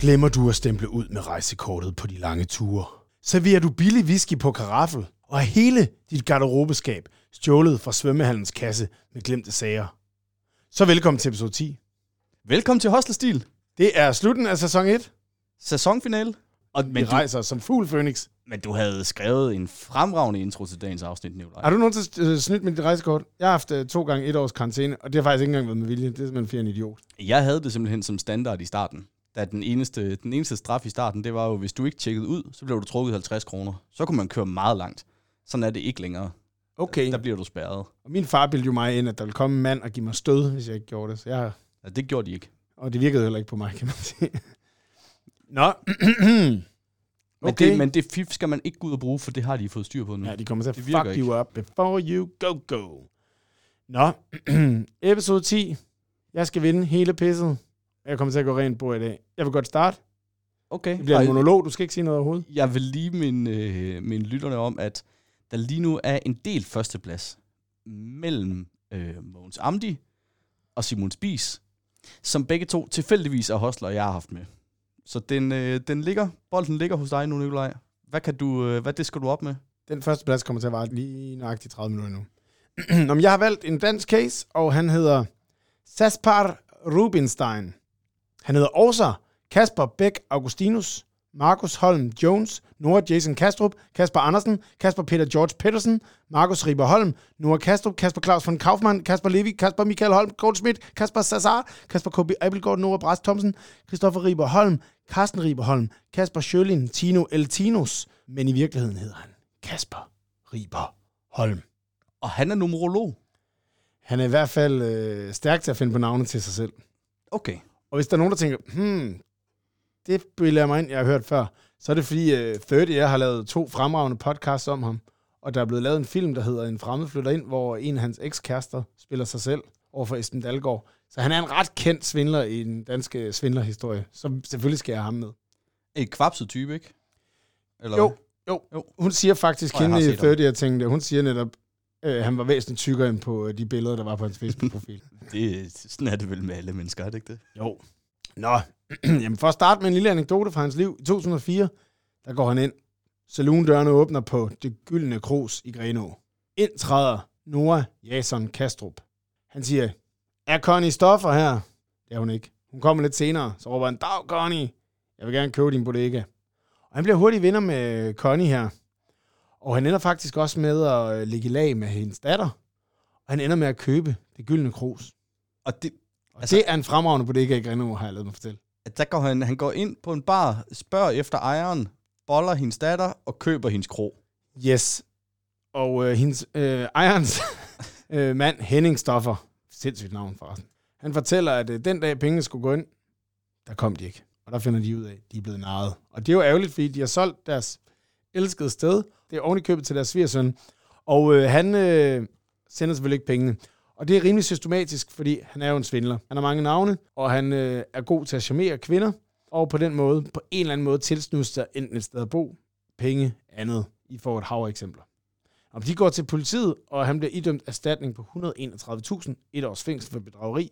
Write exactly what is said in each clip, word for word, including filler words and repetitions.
Glemmer du at stemple ud med rejsekortet på de lange ture? Serverer du billig whisky på karaffel? Og er hele dit garderobeskab stjålet fra svømmehallens kasse med glemte sager? Så velkommen til episode ti. Velkommen til Hostelstil. Det er slutten af sæson et. Sæsonfinale. Og vi rejser som fugl Phoenix. Men du havde skrevet en fremragende intro til dagens afsnit, Nikolaj. Har du nogensinde snydt med dit rejsekort? Jeg har haft uh, to gange et års karantæne, og det har faktisk ikke engang været med vilje. Det er simpelthen for en idiot. Jeg havde det simpelthen som standard i starten. Da den eneste, den eneste straf i starten, det var jo, hvis du ikke tjekkede ud, så blev du trukket halvtreds kroner. Så kunne man køre meget langt. Sådan er det ikke længere. Okay. Der bliver du spærret. Og min far bildte jo mig ind, at der ville komme en mand og give mig stød, hvis jeg ikke gjorde det. Så jeg... Ja, det gjorde de ikke. Og det virkede heller ikke på mig, kan man sige. Nå. Men, okay. det, men det fif skal man ikke gå ud og bruge, for det har de fået styr på nu. Ja, de kommer til at fuck ikke. you up before you go go. Nå, episode ti. Jeg skal vinde hele pisset. Jeg kommer til at gå rent på i dag. Jeg vil godt starte. Okay. Det bliver en monolog, du skal ikke sige noget overhovedet. Jeg vil lige minde, øh, minde lytterne om, at der lige nu er en del førsteplads mellem øh, Mogens Amdi og Simon Spies, som begge to tilfældigvis er hostler, jeg har haft med. Så den, øh, den ligger, bolden ligger hos dig nu, Nikolaj. Hvad kan du, øh, hvad det skal du op med? Den første plads kommer til at vare lige nøjagtigt tredive minutter nu. Nå, jeg har valgt en dansk case, og han hedder Saspar Rubinstein. Han hedder også Kasper Bæk Augustinus, Markus Holm Jones, Nora Jason Kastrup, Kasper Andersen, Kasper Peter George Petersen, Markus Riber Holm, Nora Kastrup, Kasper Claus von Kaufmann, Kasper Levi, Kasper Michael Holm Goldschmidt, Kasper Sassar, Kasper K B Abelgaard, Nora Brast Thomsen, Christoffer Riber Holm, Carsten Riber Holm, Kasper Sjølin, Tino Eltinus, men i virkeligheden hedder han Kasper Riber Holm. Og han er numerolog. Han er i hvert fald øh, stærk til at finde på navne til sig selv. Okay. Og hvis der er nogen, der tænker, hmm, det bilder jeg mig ind, jeg har hørt før, så er det fordi uh, tredive Year har lavet to fremragende podcasts om ham, og der er blevet lavet en film, der hedder En fremmed flytter ind, hvor en af hans ekskærester spiller sig selv overfor Esben Dalgaard. Så han er en ret kendt svindler i den danske svindlerhistorie, så selvfølgelig skal jeg have ham med. En kvapset type, ikke? Eller jo, jo, jo. Hun siger faktisk, hende i tredive Year tænkte, hun siger netop, øh, han var væsentligt tykkere end på de billeder, der var på hans Facebook-profil. det, sådan er det vel med alle mennesker, er det ikke det? Jo. Nå, jamen for at starte med en lille anekdote fra hans liv. I to tusind og fire, der går han ind. Saloon-dørene åbner på Det Gyldne Krus i Grenaa. Ind træder Nora Jason Kastrup. Han siger, er Connie stoffer her? Det er hun ikke. Hun kommer lidt senere, så råber han, dag Connie, jeg vil gerne købe din bodega. Og han bliver hurtigt venner med Connie her. Og han ender faktisk også med at ligge i lag med hendes datter. Og han ender med at købe Det Gyldne Krus. Og det... Og altså, det er en fremragende bodega i Grenaa, har jeg lavet mig fortælle. Der går han, han går ind på en bar, spørger efter ejeren, boller hendes datter og køber hendes kro. Yes. Og øh, hendes øh, ejerens øh, mand, Henning Stoffer, sindssygt navn forresten, han fortæller, at øh, den dag pengene skulle gå ind, der kom de ikke. Og der finder de ud af, at de er blevet narret. Og det er jo ærgerligt, fordi de har solgt deres elskede sted. Det er oven i købet til deres svigersøn. Og øh, han øh, sender selvfølgelig ikke pengene. Og det er rimelig systematisk, fordi han er jo en svindler. Han har mange navne, og han øh, er god til at charmere kvinder, og på den måde, på en eller anden måde, tilsnuse sig enten et sted at bo, penge, andet. I får et hav af eksempler. Og de går til politiet, og han bliver idømt erstatning på et hundrede og enogtredive tusind, et års fængsel for bedrageri.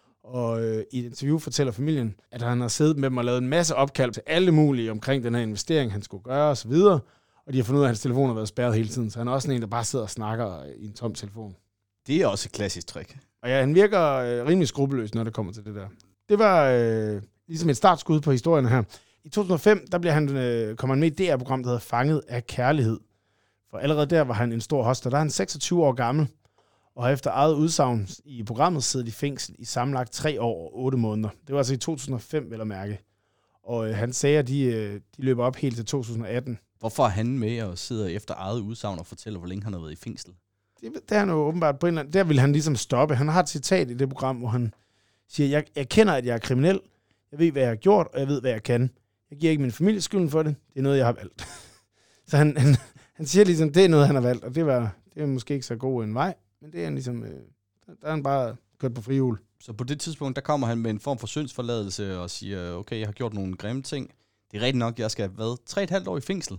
Og øh, i et interview fortæller familien, at han har siddet med dem og lavet en masse opkald til alle mulige omkring den her investering, han skulle gøre osv. Og de har fundet ud af, at hans telefon har været spærret hele tiden, så han er også en, der bare sidder og snakker i en tom telefon. Det er også et klassisk trick. Og ja, han virker øh, rimelig skrupelløs, når det kommer til det der. Det var øh, ligesom et startskud på historien her. I to tusind og fem, der blev han, øh, kom han med i D R-program, der hedder Fanget af Kærlighed. For allerede der var han en stor hostler. Der er han seksogtyve år gammel, og har efter eget udsagn i programmet siddet i fængsel i sammenlagt tre år og otte måneder. Det var altså i to tusind og fem, vel at mærke. Og øh, hans sager, de, øh, de løber op helt til to tusind og atten. Hvorfor er han med og sidder efter eget udsagn og fortæller, hvor længe han har været i fængsel? Det, det er han jo åbenbart på en eller anden... Der vil han ligesom stoppe. Han har et citat i det program, hvor han siger, jeg, jeg kender, at jeg er kriminel. Jeg ved, hvad jeg har gjort, og jeg ved, hvad jeg kan. Jeg giver ikke min familie skylden for det. Det er noget, jeg har valgt. Så han, han, han siger ligesom, det er noget, han har valgt, og det var, det er måske ikke så god en vej, men det er ligesom... Øh, der er han bare kørt på frihjul. Så på det tidspunkt, der kommer han med en form for syndsforladelse og siger, okay, jeg har gjort nogle grimme ting. Det er rigtigt nok, jeg skal have været tre og et halvt år i fængsel.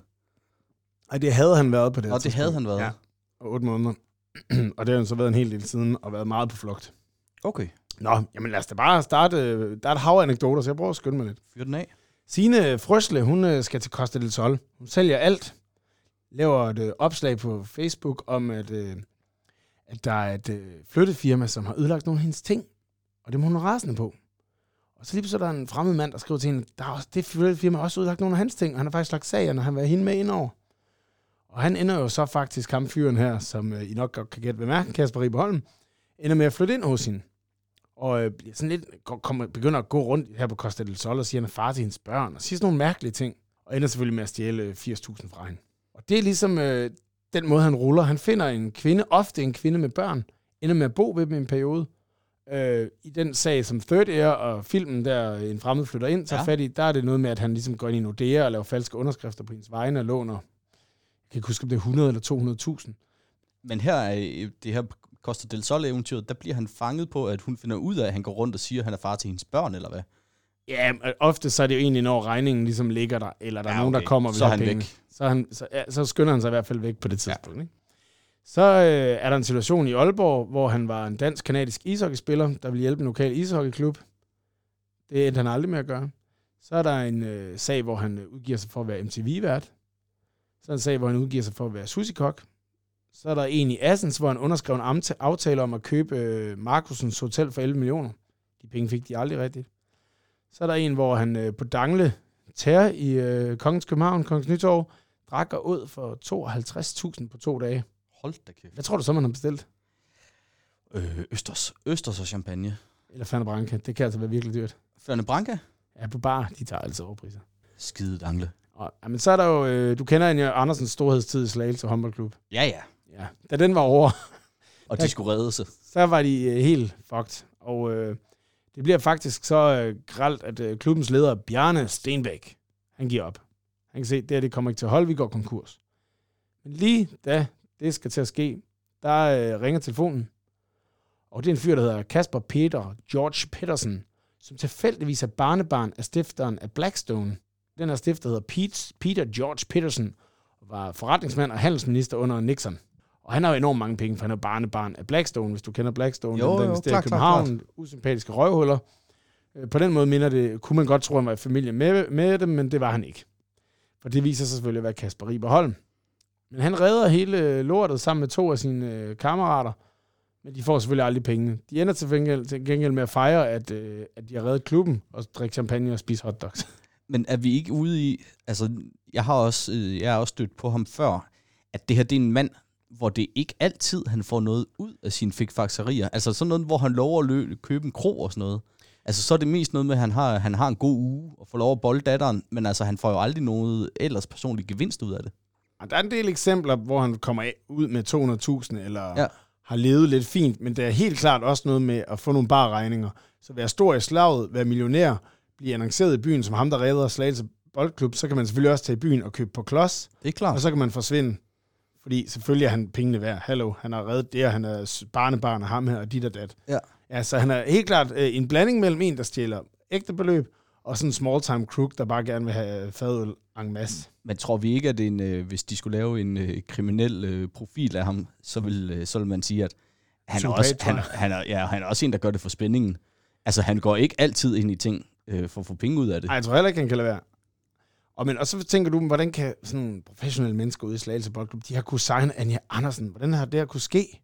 Ej, det havde han været på det. Og det havde han været. Ja, og otte måneder. Og det har han så været en hel del siden, og været meget på flugt. Okay. Nå, jamen lad os da bare starte. Der er et hav af anekdoter, så jeg prøver at skynde mig lidt. Fyr den af. Signe Frøsle, hun skal til Costa del Sol. Hun sælger alt. Laver et øh, opslag på Facebook om, at, øh, at der er et øh, flyttefirma, som har ødelagt nogle af hendes ting. Og det må hun rasende på. Og så lige så er der en fremmed mand, der skriver til hende, der er også, det flyttefirma har også ødelagt nogle af hans ting. Og han har faktisk lagt sager, når han var hende med indover. Og han ender jo så faktisk, ham fyren her, som øh, I nok godt kan gætte ved mærken, Kasper Riberholm, ender med at flytte ind hos hende. Og øh, sådan lidt, kommer, begynder at gå rundt her på Costa del Sol og siger, at han er far til hendes børn. Og siger sådan nogle mærkelige ting. Og ender selvfølgelig med at stjæle firs tusind fra hende. Og det er ligesom øh, den måde, han ruller. Han finder en kvinde, ofte en kvinde med børn, ender med at bo ved dem i en periode. Øh, I den sag som Third Air og filmen, der en fremmed flytter ind, tager ja. fat i, der er det noget med, at han ligesom går ind i Nordea og laver falske underskrifter på hendes vegne og låner, jeg kan ikke huske, om det er hundrede eller to hundrede tusind. Men her er det her Costa del Sol-eventyret, der bliver han fanget på, at hun finder ud af, at han går rundt og siger, at han er far til hendes børn, eller hvad? Ja, ofte så er det jo egentlig, når regningen ligesom ligger der, eller der ja, er nogen, okay. der kommer og vil så have han penge. Væk. Så, han, så, ja, så skynder han sig i hvert fald væk på det tidspunkt. Ja. Ikke? Så øh, er der en situation i Aalborg, hvor han var en dansk-kanadisk ishockeyspiller, der ville hjælpe en lokal ishockeyklub. Det endte han aldrig med at gøre. Så er der en øh, sag, hvor han udgiver sig for at være M T V-vært. Så er der en sag, hvor han udgiver sig for at være sushi-kok. Så er der en i Assens, hvor han underskrev en aftale om at købe øh, Markusens hotel for elleve millioner. De penge fik de aldrig rigtigt. Så er der en, hvor han øh, på Dangle Tær i øh, Kongens København, Kongens Nytorv, drak og ud for tooghalvtreds tusind på to dage. Hold da kæft. Hvad tror du så, man har bestilt? Øh, Østers. Østers og champagne. Eller Fernet Branca. Det kan altså være virkelig dyrt. Fernet Branca? Ja, på bar. De tager altid overpriser. Skide Dangle. Og, ja, men så er der jo, øh, du kender jo Andersens storhedstid i Slagelse håndboldklub. Ja, ja. Ja, da den var over. Og de skulle redde sig. Så var de øh, helt fucked. Og øh, det bliver faktisk så øh, grelt, at øh, klubbens leder, Bjarne Stenbæk, han giver op. Han kan se, at det her det kommer ikke til at holde, vi går konkurs. Men lige da det skal til at ske, der øh, ringer telefonen. Og det er en fyr, der hedder Kasper Peter George Petersen, som tilfældigvis er barnebarn af stifteren af Blackstone. Den her stifter hedder Pete, Peter George Petersen, og var forretningsmand og handelsminister under Nixon. Og han har jo enormt mange penge, for han er barnebarn af Blackstone, hvis du kender Blackstone. Jo, den, der jo, investerer i klart, København, klart, klart. Usympatiske røvhuller. På den måde minder det, kunne man godt tro, at han var i familie med, med dem, men det var han ikke. For det viser sig selvfølgelig at være Kasper Riberholm. Men han redder hele lortet sammen med to af sine øh, kammerater, men de får selvfølgelig aldrig pengene. De ender til gengæld, til gengæld med at fejre, at, øh, at de har reddet klubben og drikke champagne og spise hotdogs. Men er vi ikke ude i, altså jeg har også, øh, jeg har også stødt på ham før, at det her det er en mand, hvor det ikke altid han får noget ud af sine fikfakserier. Altså sådan noget, hvor han lover at løbe, købe en krog og sådan noget. Altså så er det mest noget med, at han har, han har en god uge og får lov at bolde datteren, men altså han får jo aldrig noget ellers personlig gevinst ud af det. Der er en del eksempler, hvor han kommer ud med to hundrede tusind, eller ja. har levet lidt fint, men det er helt klart også noget med at få nogle barregninger. Så være stor i slaget, være millionær, blive annonceret i byen som ham, der redder Slagelse Boldklub, så kan man selvfølgelig også tage i byen og købe på klods. Det er klart. Og så kan man forsvinde. Fordi selvfølgelig er han pengene værd. Hallo, han har reddet det, han er barnebarn af ham her, og dit og dat. Ja. Ja, så han er helt klart øh, en blanding mellem en, der stjæler ægte beløb, og sådan en small-time crook, der bare gerne vil have fadøl en masse. Men tror vi ikke, at en, øh, hvis de skulle lave en øh, kriminel øh, profil af ham, så vil, øh, så vil man sige, at han er, også, han, han, er, ja, han er også en, der gør det for spændingen. Altså, han går ikke altid ind i ting øh, for at få penge ud af det. Nej, jeg tror heller ikke, han kan lade være. Og, men, og så tænker du, hvordan kan sådan nogle professionelle mennesker ude i Slagelse Boldklub, de har kunnet signe Anja Andersen. Hvordan har det her kunne ske?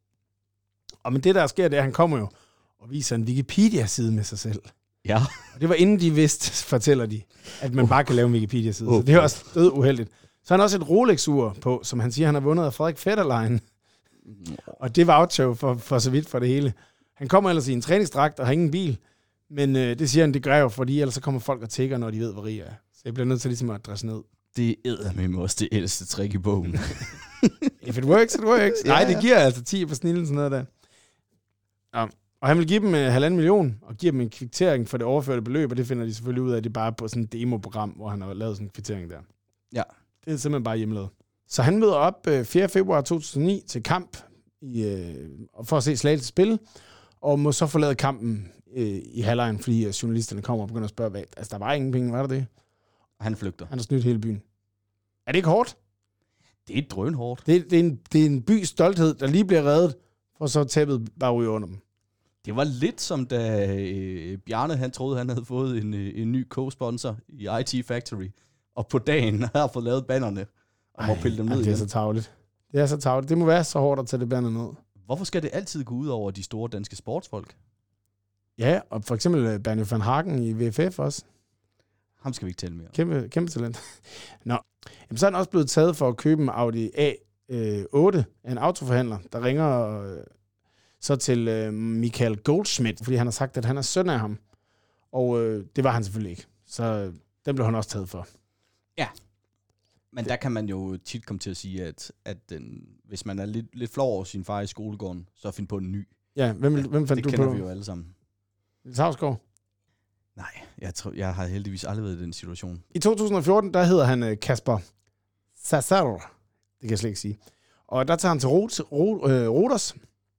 Og men det, der sker, det er, at han kommer jo og viser en Wikipedia-side med sig selv. Ja. Og det var inden de vidste, fortæller de, at man bare kan lave en Wikipedia-side. Så det er også død uheldigt. Så han har også et Rolex-ur på, som han siger, han har vundet af Frederik Fetterlein. Og det var outshow for, for så vidt for det hele. Han kommer ellers i en træningsdragt og har ingen bil. Men øh, det siger han, det gør jo, fordi ellers så kommer folk og tigger, når de ved, hvor rig er. Så jeg bliver nødt til ligesom at adresse ned. Det er eddermame også det ældste trick i bogen. If it works, it works. Ja, nej, det giver altså ti på snillen, sådan noget der. Ja. Og han vil give dem uh, halvanden million, og give dem en kvittering for det overførte beløb, og det finder de selvfølgelig ud af, at det er bare på sådan et demoprogram, hvor han har lavet sådan en kvittering der. Ja. Det er simpelthen bare hjemmelavet. Så han møder op uh, fjerde februar to tusind og ni til kamp i, uh, for at se Slagelse spille, og må så forlade kampen uh, i halvlejen, fordi uh, journalisterne kommer og begynder at spørge, hvad? Altså, der var ingen penge, var der det? Han flygter. Han har snydt hele byen. Er det ikke hårdt? Det er drønhårdt. Det, det, er en, det er en bys stolthed, der lige bliver reddet, for så tabet bare ryger under dem. Det var lidt som da øh, Bjarne, han troede, han havde fået en, øh, en ny co-sponsor i I T Factory, og på dagen har fået lavet bannerne, og må pille dem ned ej, det er igen. så tarveligt. Det er så tarveligt. Det må være så hårdt at tage det banner ned. Hvorfor skal det altid gå ud over de store danske sportsfolk? Ja, og for eksempel Bernie van Hagen i V F F også. Ham skal vi ikke tale mere. Kæmpe, kæmpe talent. Nå, jamen, så er han også blevet taget for at købe en Audi A otte af en autoforhandler, der ringer øh, så til øh, Michael Goldschmidt, fordi han har sagt, at han er søn af ham. Og øh, det var han selvfølgelig ikke. Så øh, den blev han også taget for. Ja, men der kan man jo tit komme til at sige, at, at den, hvis man er lidt, lidt flov over sin far i skolegården, så find på en ny. Ja, hvem, Ja, hvem fandt det du på? kender vi jo alle sammen. Niels Hausgaard. Nej, jeg, tror, jeg har heldigvis aldrig været i den situation. I to tusind og fjorten, der hedder han øh, Kasper Sassar. Det kan jeg slet ikke sige. Og der tager han til Rot, Rot, øh, Roters,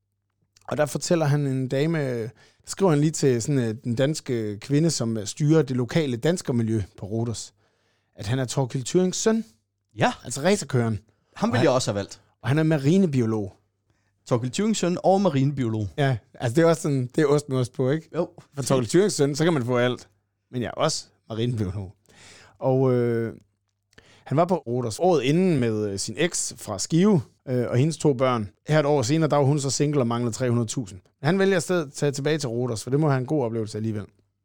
og der fortæller han en dame, der skriver han lige til sådan, øh, den danske kvinde, som styrer det lokale danskermiljø på Roters, at han er Torkild Thyrings søn, Ja, altså racerkøren, ham ville jeg også have valgt. og han er marinebiolog. Torkild Thyrings søn og marinebiolog. Ja, altså det er også sådan, det er ost med ost på, ikke? Jo. For Torkild Thyrings søn, så kan man få alt. Men jeg er også marinebiolog. Og øh, han var på Roters året inden med sin eks fra Skive øh, og hendes to børn. Her et år senere, der var hun så single og manglede tre hundrede tusind. Han vælger i stedet at tage tilbage til Roters, for det må have en god oplevelse alligevel.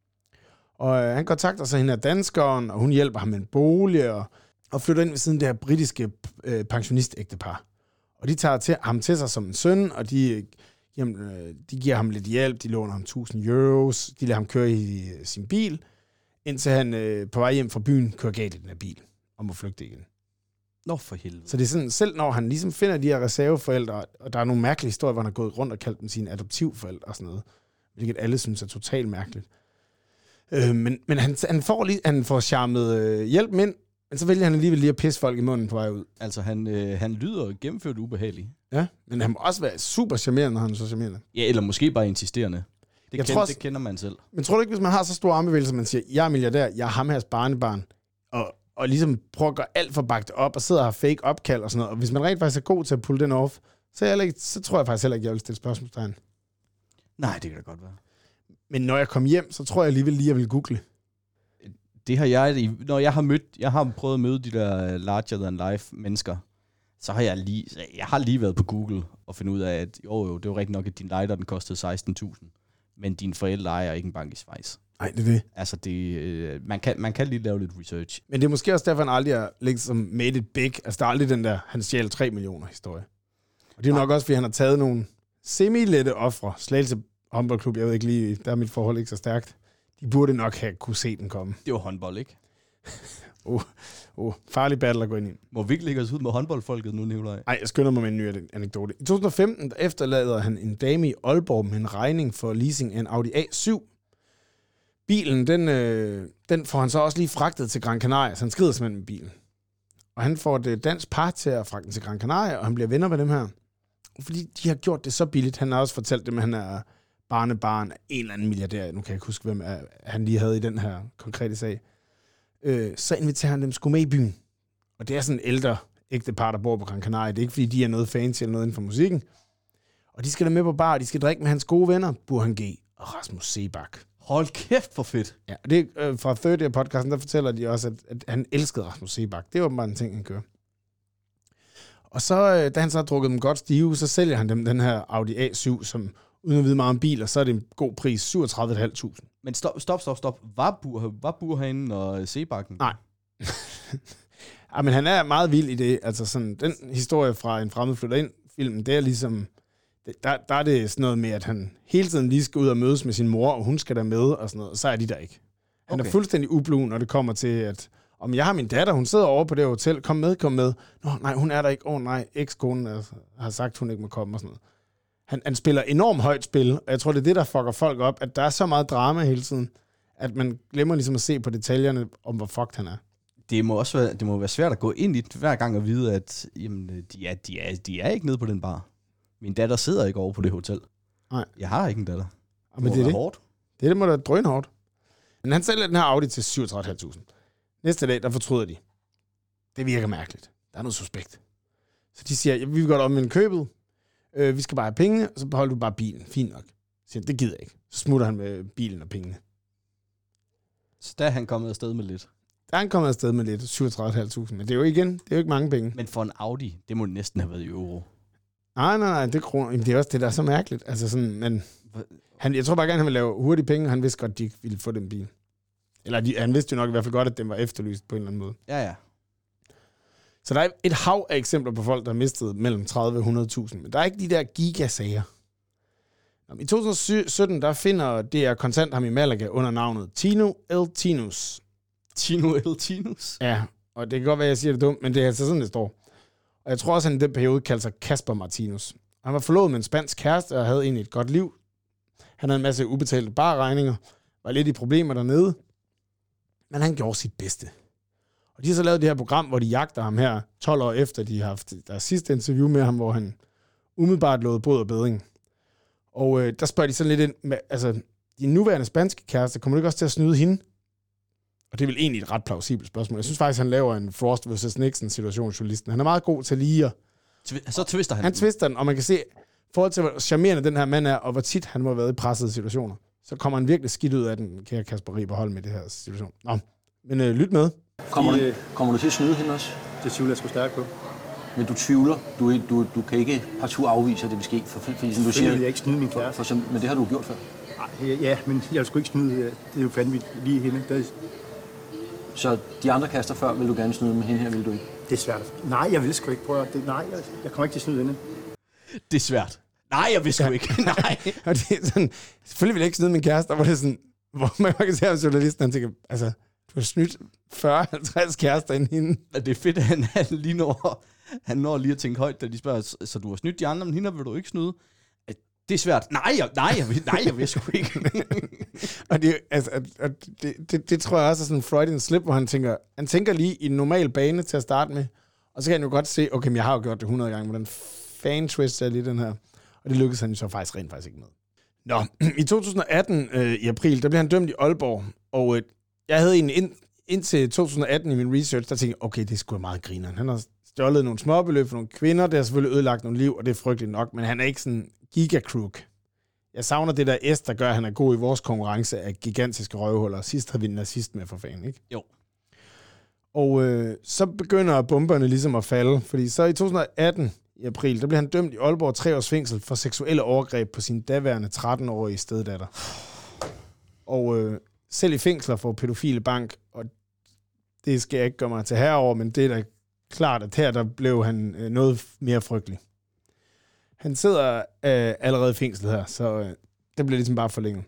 Og øh, han kontakter så hende af danskeren, og hun hjælper ham med en bolig, og, og flytter ind ved siden af det her britiske øh, pensionistægtepar. Og de tager til, ham til sig som en søn, og de, jamen, øh, de giver ham lidt hjælp, de låner ham tusind euros, de lader ham køre i øh, sin bil, indtil han øh, på vej hjem fra byen kører galt i den her bil, og må flygte igen. Nå for helvede. Så det er sådan, selv når han ligesom finder de her reserveforældre, og der er nogle mærkelige historier, hvor han har gået rundt og kaldt dem sine adoptivforældre og sådan noget, hvilket alle synes er totalt mærkeligt. Øh, men men han, han får lige, han får charmet øh, hjælp ind, men så vælger han alligevel lige at pisse folk i munden på vej ud. Altså, han, øh, han lyder gennemført ubehagelig. Ja, men han må også være super charmerende, når han er så charmerende. Ja, eller måske bare insisterende. Det, Jeg kend, tror også- det kender man selv. Men tror du ikke, hvis man har så store armbevægelser, man siger, jeg er milliardær, jeg er ham her barnebarn, og, og ligesom prøver at gøre alt for bagt op, og sidder og har fake opkald og sådan noget, og hvis man rent faktisk er god til at pulle den off, så, er jeg ikke, så tror jeg faktisk heller ikke, jeg vil stille spørgsmålstegn. Nej, det kan da godt være. Men når jeg kom hjem, så tror jeg alligevel lige, jeg vil google. Det har jeg, når jeg har mødt, jeg har prøvet at møde de der larger than life mennesker, så har jeg lige, jeg har lige været på Google og finde ud af, at jo, jo, det var rigtigt nok, at din lighter, den kostede seksten tusind, men dine forældre ejer ikke en bank i Schweiz. Nej, det er det. Altså, det, øh, man, kan, man kan lige lave lidt research. Men det er måske også derfor, han aldrig har liksom made it big. Altså, der er aldrig den der, han stjal tre millioner historie. Og det er nok også, fordi han har taget nogle semi-lette ofre. Slagelse håndboldklub, jeg ved ikke lige, der er mit forhold ikke så stærkt. De burde nok have kunne se den komme. Det var håndbold, ikke? Oh, oh, farlig battle at gå ind i. Må vi ikke lægge os ud med håndboldfolket nu, Nikolaj? Ej, jeg skynder mig med en ny anekdote. I to tusind og femten der efterlader han en dame i Aalborg med en regning for leasing af en Audi A syv. Bilen, den, øh, den får han så også lige fragtet til Gran Canaria, så han skrider simpelthen med bilen. Og han får det dansk par til at fragte den til Gran Canaria, og han bliver venner med dem her. Fordi de har gjort det så billigt. Han har også fortalt dem, at han er barnebarn af en eller anden milliardær. Nu kan jeg ikke huske, hvem han lige havde i den her konkrete sag. Øh, så inviterer han dem sgu med i byen. Og det er sådan en ældre ægtepar, der bor på Gran Canaria. Det er ikke, fordi de er noget fancy eller noget inden for musikken. Og de skal da med på bar, og de skal drikke med hans gode venner, Burhan G. og Rasmus Sebak. Hold kæft for fedt. Ja, og det øh, fra Third Year podcasten, der fortæller de også, at, at han elskede Rasmus Sebak. Det var bare en ting, han gør. Og så, øh, da han så har drukket dem godt stive, så sælger han dem den her Audi A syv, som uden at vide meget om biler, så er det en god pris, syvogtredive tusind fem hundrede. Men stop, stop, stop, stop. Var Bur, var Bur herinde og Sebakken? Nej. Ja, men han er meget vild i det. Altså sådan, den historie fra En fremmed flytter ind filmen, det er ligesom, det, der, der er det sådan noget med, at han hele tiden lige skal ud og mødes med sin mor, og hun skal der med, og sådan noget, og så er de der ikke. Han okay. er fuldstændig ublu, når det kommer til, at om jeg har min datter, hun sidder over på det hotel, kom med, kom med. Nå, nej, hun er der ikke. Åh oh, nej, ekskonen altså, har sagt, hun ikke må komme og sådan noget. Han, han spiller enormt højt spil, og jeg tror, det er det, der fucker folk op, at der er så meget drama hele tiden, at man glemmer ligesom at se på detaljerne om, hvor fucked han er. Det må også være, det må være svært at gå ind i det hver gang og vide, at jamen, de, er, de, er, de er ikke nede på den bar. Min datter sidder ikke over på det hotel. Nej. Jeg har ikke en datter. Det men det er det. Hårdt. Det, det må da være drønhårdt. Men han sælger den her Audi til syvogtredive tusind. Næste dag, der fortryder de. Det virker mærkeligt. Der er noget suspekt. Så de siger, ja, vi vil godt omvende købet. Øh, vi skal bare have pengene, og så beholder du bare bilen. Fint nok. Så det gider jeg ikke. Så smutter han med bilen og pengene. Så der er han kommet afsted med lidt. Der er han kommet afsted med lidt, syvogtredive tusind fem hundrede. Men det er jo igen, det er jo ikke mange penge. Men for en Audi, det må næsten have været i euro. Nej, nej, nej, det er kroner. Jamen, det er også det, der er så mærkeligt. Altså sådan, men han, jeg tror bare gerne, han ville lave hurtige penge, og han vidste godt, at de ikke ville få den bil. Eller de, han vidste jo nok i hvert fald godt, at den var efterlyst på en eller anden måde. Ja, ja. Så der er et hav af eksempler på folk, der har mistet mellem tredive og hundrede tusind. Men der er ikke de der gigasager. I to tusind og sytten, der finder D R Kontant ham i Malaga under navnet Tino El Tinus. Tino El Tinus? Ja, og det kan godt være, at jeg siger det dumt, men det er altså sådan, det står. Og jeg tror også, han i den periode kaldte sig Kasper Martinus. Han var forlovet med en spansk kæreste og havde egentlig et godt liv. Han havde en masse ubetalte barregninger, var lidt i problemer dernede, men han gjorde sit bedste. Og de har så lavet det her program, hvor de jagter ham her tolv år efter, de har haft deres sidste interview med ham, hvor han umiddelbart lovede båd og bedring. Og øh, der spørger de sådan lidt ind, med, altså, din nuværende spanske kæreste, kommer du ikke også til at snyde hende? Og det er vel egentlig et ret plausibelt spørgsmål. Jeg synes faktisk, han laver en Frost versus Nixon situation, journalisten. Han er meget god til lige at... Så twister han Han twister den, og man kan se, forhold til hvor charmerende den her mand er, og hvor tit han må have været i pressede situationer. Så kommer han virkelig skidt ud af den, kære Kasper Rieber Holm, i det her situation. Nå, men øh, lyt med. Kommer du, kommer du til at snyde hende også? Det tvivler jeg sgu stærkt på. Men du tvivler? Du, du, du kan ikke partout afvise, at det vil ske? For, fordi, som du siger, vil jeg ikke snyde min kæreste. For, for, men det har du gjort før? Nej, ja, men jeg vil sgu ikke snyde. Det er jo fandme lige hende. Det er, så de andre kaster før, vil du gerne snyde, men hende her vil du ikke? Det er svært. Nej, jeg vil sgu ikke prøve. Det, nej, jeg, jeg kommer ikke til at snyde hende. Det er svært. Nej, jeg vil sgu ja. ikke. Nej. Og det er sådan, selvfølgelig vil jeg ikke snyde min kæreste, og hvor det er sådan, hvor man kan se, at journalisten, han tænker, altså, du har snydt fyrre til halvtreds kærester inden hende. Det er fedt, at han, han lige når, han når lige at tænke højt, da de spørger, så du har snydt de andre, men hende vil du ikke snyde. Det er svært. Nej, jeg, nej, jeg, nej, jeg vil sgu ikke. Og det, altså, at det, det, det tror jeg også er sådan en Freudian slip, hvor han tænker, han tænker lige i en normal bane til at starte med, og så kan han jo godt se, okay, men jeg har jo gjort det hundrede gange, hvordan fan twist er lige den her. Og det lykkedes han jo så faktisk rent faktisk ikke med. Nå, i to tusind og atten øh, i april, der blev han dømt i Aalborg, og øh, jeg havde egentlig ind, indtil to tusind og atten i min research, der tænkte jeg, okay, det er sgu meget grineren. Han har stjålet nogle småbeløb for nogle kvinder, det har selvfølgelig ødelagt nogle liv, og det er frygteligt nok, men han er ikke sådan gigakrook. Jeg savner det der S, der gør, at han er god i vores konkurrence af gigantiske røvhuller. Sidst havde vi en nazist med for fanden, ikke? Jo. Og øh, så begynder bomberne ligesom at falde, fordi så i to tusind og atten i april, der blev han dømt i Aalborg tre års fængsel for seksuelle overgreb på sin daværende tretten-årige steddatter. Og øh, selv i fængsler får pædofile bank, og det skal jeg ikke gøre mig til herover, men det er da klart, at her der blev han øh, noget mere frygtelig. Han sidder øh, allerede i fængslet her, så øh, det bliver ligesom bare forlænget.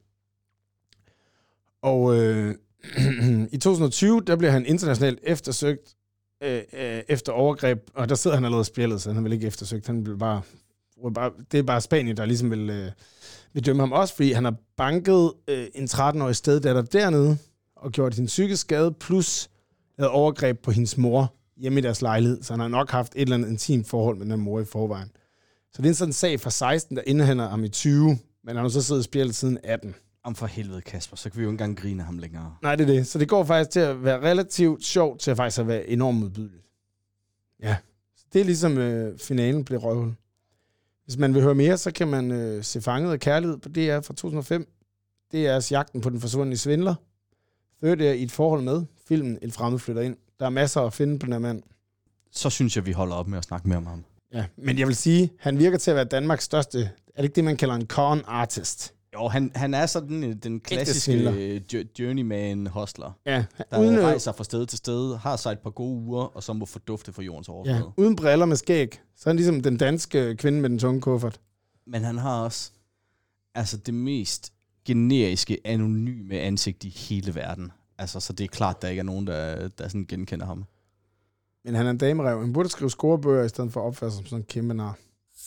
Og øh, i to tusind og tyve, der bliver han internationalt eftersøgt øh, øh, efter overgreb, og der sidder han allerede spjældet, så han vil ikke eftersøgt. Han vil bare, bare, det er bare Spanien, der ligesom vil, øh, vil dømme ham også, fordi han har banket øh, en tretten-årig steddatter dernede, og gjort hende psykisk skade, plus lavet overgreb på hendes mor hjemme i deres lejlighed, så han har nok haft et eller andet intimt forhold med den mor i forvejen. Så det er en sådan sag fra seksten, der indhænder ham i tyve, men han har så siddet spjældet siden atten. Om for helvede, Kasper, så kan vi jo ikke engang grine ham længere. Nej, det er det. Så det går faktisk til at være relativt sjovt, til at faktisk at være enormt modbydeligt. Ja, det er ligesom øh, finalen blev røvhul. Hvis man vil høre mere, så kan man øh, se Fanget af Kærlighed på D R fra to tusind og fem. Det er Jagten på den forsvundne svindler. Third er i et forhold med filmen En fremmed flytter ind. Der er masser at finde på den her mand. Så synes jeg, vi holder op med at snakke mere om ham. Ja, men jeg vil sige, han virker til at være Danmarks største, er det ikke det, man kalder en con artist? Jo, han, han er sådan den klassiske journeyman-hustler, ja, der uden, rejser fra sted til sted, har sig et par gode uger, og så må fordufte for jordens overflade. Ja, uden briller med skæg. Så er han ligesom den danske kvinde med den tunge kuffert. Men han har også altså det mest generiske, anonyme ansigt i hele verden. Altså, så det er klart, der ikke er nogen, der, der sådan genkender ham. Men han er en damerev. Han burde skrive scorebøger, i stedet for at opføre sig som sådan en kæmpe nar.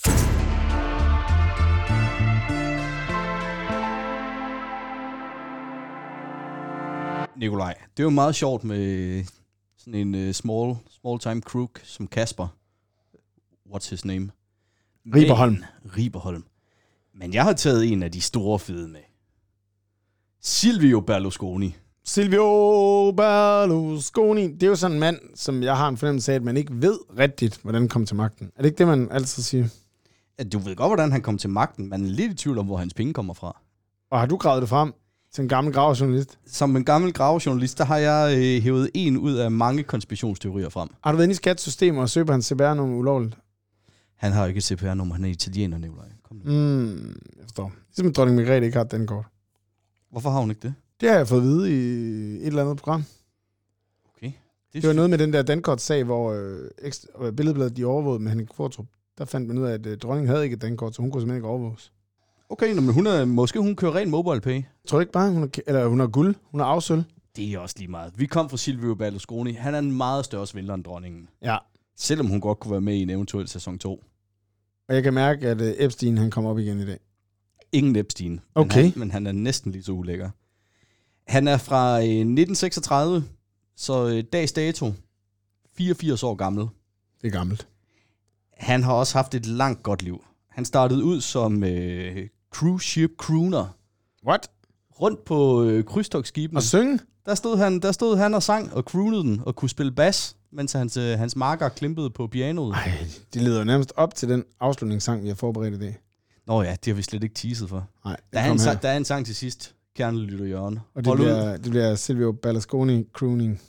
Nikolaj, det er jo meget sjovt med sådan en uh, small, small-time crook som Kasper. What's his name? Rieber Holm. Rieber Holm. Men jeg har taget en af de store fede med. Silvio Berlusconi. Silvio Berlusconi. Det er jo sådan en mand, som jeg har en fornemmelse af, at man ikke ved rigtigt, hvordan han kom til magten. Er det ikke det, man altid siger? at du ved godt, hvordan han kom til magten, men er lidt i tvivl om, hvor hans penge kommer fra. Og har du gravet det frem til en gammel gravejournalist? Som en gammel gravejournalist, der har jeg øh, hævet en ud af mange konspirationsteorier frem. Har du været inde i skattesystemet og søgt på hans C P R-nummer ulovligt? Han har jo ikke et C P R-nummer, han er italiener, Nikolaj. Kom nu. Mm, jeg forstår. Ligesom dronning Margrethe ikke har den kort. Hvorfor har hun ikke det? Det har jeg fået at vide i et eller andet program. Okay. Det, det var noget med den der Dankort-sag, hvor øh, ekstra, Billedbladet de overvågede med Henrik Fortrup. Der fandt man ud af, at øh, dronningen havde ikke et Dankort, så hun kunne simpelthen ikke overvåges. Okay, men hun er, måske hun kører ren mobile pay. Tror du ikke bare, hun er, eller hun er guld, hun er afsøl? Det er også lige meget. Vi kom fra Silvio Berlusconi. Han er en meget større svindler end dronningen. Ja. Selvom hun godt kunne være med i en eventuel sæson to. Og jeg kan mærke, at øh, Epstein han kommer op igen i dag. Ingen Epstein. Men, Okay. han, men han er næsten lige så ulækker. Han er fra øh, nitten seksogtredive, så øh, dags dato, fireogfirs år gammel. Det er gammelt. Han har også haft et langt godt liv. Han startede ud som øh, cruise ship crooner. What? Rundt på øh, krydstogtskibene. Og synge? Der stod, han, der stod han og sang og croonede den og kunne spille bas, mens hans, øh, hans marker klimpede på pianoet. Ej, de leder jo nærmest op til den afslutningssang, vi har forberedt i dag. Nå ja, det har vi slet ikke teaset for. Nej, Der er, en, sang, der er en sang til sidst. Kerne lytter Jørgen. Og det bliver, det bliver Silvio Berlusconi crooning.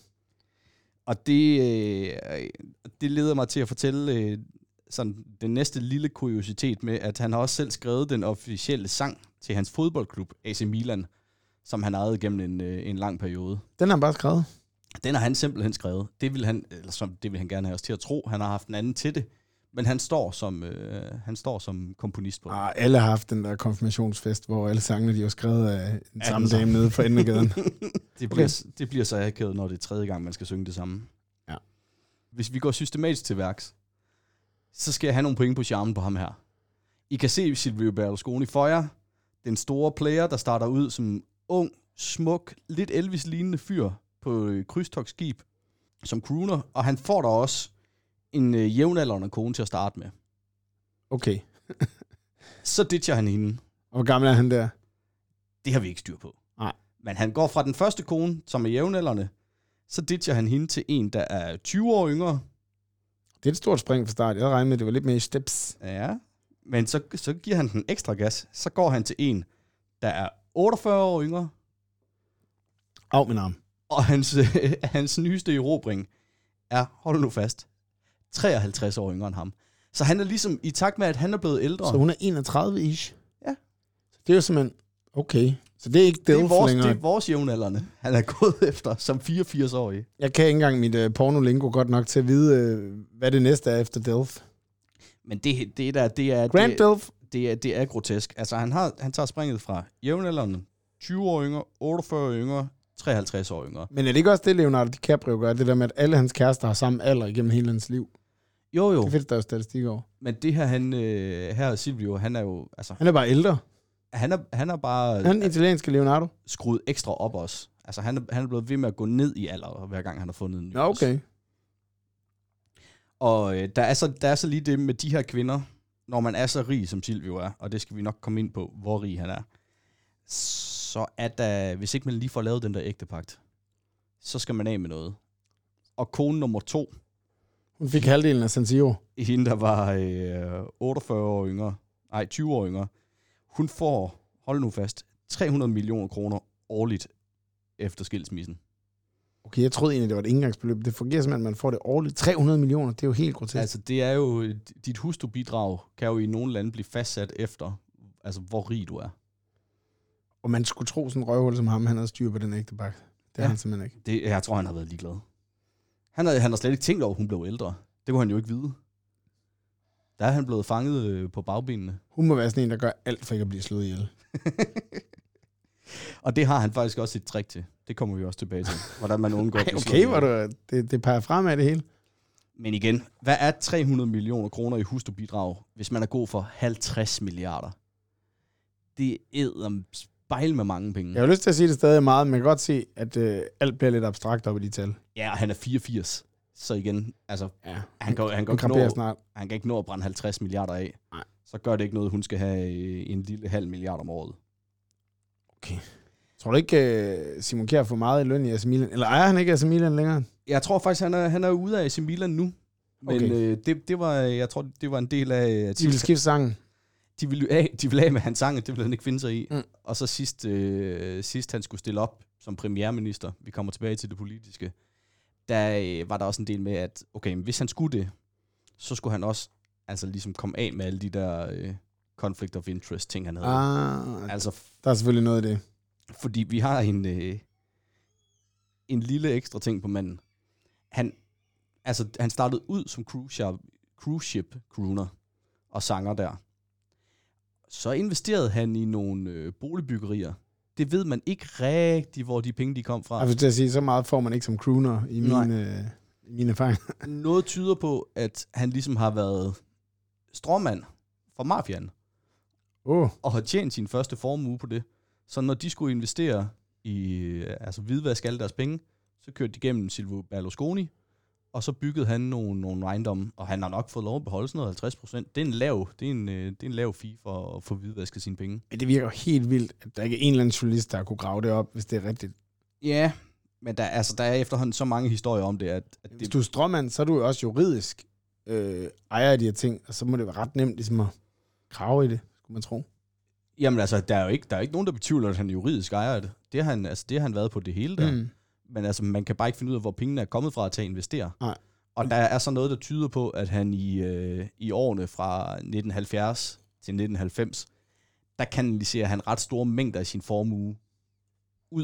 Og det, øh, det leder mig til at fortælle øh, sådan den næste lille kuriositet med, at han har også selv skrevet den officielle sang til hans fodboldklub, A C Milan, som han ejede gennem en, øh, en lang periode. Den har han bare skrevet. Den har han simpelthen skrevet. Det vil han, eller som, det vil han gerne have os til at tro. Han har haft en anden til det. Men han står som, øh, han står som komponist på. Ah, alle har haft den der konfirmationsfest, hvor alle sangene de var skrevet af den samme den dame nede for enden af gaden. det, bliver, okay. det bliver så akavet, når det er tredje gang, man skal synge det samme. Ja. Hvis vi går systematisk til værks, så skal jeg have nogle point på charmen på ham her. I kan se Silvio Berlusconi for jer. Den store player, der starter ud som ung, smuk, lidt Elvis-lignende fyr på krydstogtskib som crooner, og han får der også en øh, jævnaldrende kone til at starte med. Okay. Så ditcher han hende. Og hvor gammel er han der? Det har vi ikke styr på. Nej. Men han går fra den første kone, som er jævnaldrende, så ditcher han hende til en, der er tyve år yngre. Det er et stort spring fra start. Jeg havde regnet med, at det var lidt mere i steps. Ja, men så, så giver han den ekstra gas. Så går han til en, der er otteogfyrre år yngre. Af min arm. Og hans, øh, hans nyeste erobring er, hold nu fast, treoghalvtreds år yngre end ham. Så han er ligesom, i takt med, at han er blevet ældre. Så hun er enogtredive-ish? Ja. Det er jo simpelthen, okay. Så det er ikke det er Delf vores, længere. det er vores jævnaldrende, han er gået efter som fireogfirs-årig. Jeg kan ikke engang mit uh, pornolingo godt nok til at vide, uh, hvad det næste er efter Delf. Men det, det der, det er... Grand det, Delf? Det er, det er grotesk. Altså, han, har, han tager springet fra jævnaldrende, tyve år yngre, otteogfyrre år yngre, treoghalvtreds år yngre. Men er det ikke også det, Leonardo DiCaprio gør? Det der med, at alle hans kærester har samme alder igennem hele hans liv? Jo, jo. Det findes der jo statistik over. Men det her, han, øh, her Silvio, han er jo... Altså, Han er bare ældre. han er, han er bare Han er den italienske Leonardo. skruet ekstra op også. Altså, han er, han er blevet ved med at gå ned i alder, hver gang han har fundet en ny. Ja, okay. Og øh, der, er så, der er så lige det med de her kvinder, når man er så rig, som Silvio er, og det skal vi nok komme ind på, hvor rig han er, så er der, hvis ikke man lige får lavet den der ægtepagt, så skal man af med noget. Og kone nummer to, Hun fik halvdelen af San Siro. hende der var øh, otteogfyrre år yngre, nej tyve år yngre, hun får, hold nu fast, tre hundrede millioner kroner årligt efter skilsmissen. Okay, jeg troede egentlig, det var et engangsbeløb. Det fungerer simpelthen, at man får det årligt. tre hundrede millioner, det er jo helt grotesk. Altså det er jo, dit hustrubidrag kan jo i nogle lande blive fastsat efter, altså hvor rig du er. Og man skulle tro sådan en røvhul som ham, han havde styr på den ægte bak. Det har Ja. han simpelthen ikke. Det, jeg tror, han har været ligeglad. Han har, han har slet ikke tænkt over, at hun blev ældre. Det kunne han jo ikke vide. Der er han blevet fanget øh, på bagbenene. Hun må være sådan en, der gør alt for ikke at blive slået ihjel. Og det har han faktisk også et trick til. Det kommer vi også tilbage til. Hvordan man undgår at Ej, blive okay, slået var ihjel. du, det, det peger frem af det hele. Men igen, hvad er tre hundrede millioner kroner i hustrubidrag, hvis man er god for halvtreds milliarder? Det er spejl med mange penge. Jeg har lyst til at sige det stadig meget, men jeg kan godt se, at øh, alt bliver lidt abstrakt op i de tal. Ja, og han er fireogfirs. Så igen, altså, Ja, han kan, han, han kan ikke kraberer nå, snart. han kan ikke nå at brænde halvtreds milliarder af. Nej. Så gør det ikke noget, hun skal have øh, en lille halv milliard om året. Okay. Tror du ikke, uh, Simon Kjær får meget i løn i A C Milan? Eller ejer han ikke A C Milan længere? Jeg tror faktisk, han er, han er ude af A C Milan nu. Men Okay. øh, det, det var, jeg tror, det var en del af... at De ville sidst- skifte sangen. de ville af, de ville af med hans sang, det ville han ikke finde sig i. Mm. Og så sidst, øh, sidst han skulle stille op som premierminister, vi kommer tilbage til det politiske, der øh, var der også en del med, at okay, hvis han skulle det, så skulle han også altså ligesom komme af med alle de der øh, conflict of interest ting, han havde. Ah, Altså, der er selvfølgelig noget af det. fordi vi har en, øh, en lille ekstra ting på manden. Han, altså, han startede ud som cruise ship, cruise ship crooner og sanger der. Så investerede han i nogle øh, boligbyggerier. Det ved man ikke rigtigt, hvor de penge de kom fra. Jeg vil til at sige, så meget får man ikke som crooner i Nej. min, øh, i mine erfaringer. Noget tyder på, at han ligesom har været stråmand for mafiaen, Åh, oh, og har tjent sin første formue på det. Så når de skulle investere i, øh, altså hvidvask alle deres penge, så kørte de gennem Silvio Berlusconi, og så byggede han nogle, nogle ejendomme, og han har nok fået lov at beholde sådan noget halvtreds procent. Det er en lav, det er en, øh, det er en lav fee for at få hvidvasket sine penge. men det virker jo helt vildt, at der ikke er en eller anden journalist, der kunne grave det op, hvis det er rigtigt. Ja, men der, altså, der er efterhånden så mange historier om det, at, at Hvis det, du er stråmand, så er du jo også juridisk øh, ejer af de her ting, og så må det være ret nemt ligesom at grave i det, skulle man tro. jamen altså, der er jo ikke, der er ikke nogen, der betvivler, at han er juridisk ejer af det. Det har han, altså, det har han været på det hele der. Mm. Men altså, man kan bare ikke finde ud af, hvor pengene er kommet fra til at investere. Nej. Og der er så noget, der tyder på, at han i, øh, i årene fra nitten halvfjerds til nitten halvfems, der kanaliserer han ret store mængder af sin formue ud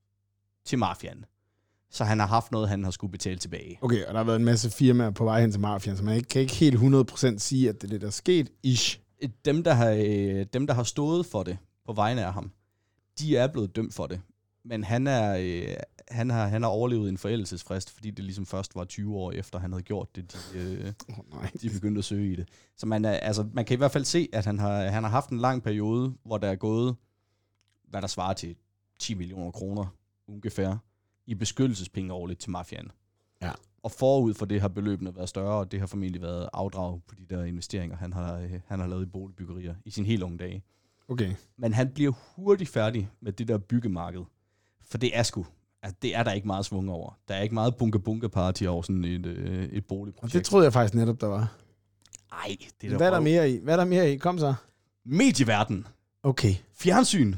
til mafiaen. Så han har haft noget, han har skulle betale tilbage. Okay, og der har været en masse firmaer på vej hen til mafiaen, så man ikke, kan ikke helt hundrede procent sige, at det er det, der er sket. Ish. Dem der, har, øh, dem, der har stået for det på vegne af ham, de er blevet dømt for det. Men han, er, øh, han, har, han har overlevet en forældelsesfrist, fordi det ligesom først var tyve år efter, han havde gjort det, de, øh, Oh, nej. de begyndte at søge i det. Så man, er, altså, man kan i hvert fald se, at han har, han har haft en lang periode, hvor der er gået, hvad der svarer til ti millioner kroner, ungefær, i beskyttelsespenge årligt til mafiaen. Ja. Og forud for det har beløbene været større, og det har formentlig været afdrag på de der investeringer, han har, øh, han har lavet i boligbyggerier i sin helt unge dage. Okay. Men han bliver hurtigt færdig med det der byggemarked. For det er sgu, altså det er der ikke meget svung over. Der er ikke meget bunke-bunke-party over sådan et, øh, et Og boligprojekt. det troede jeg faktisk netop, der var. Ej, det er Hvad er der mere i? Hvad er der mere i? Kom så. Medieverden. Okay. Fjernsyn.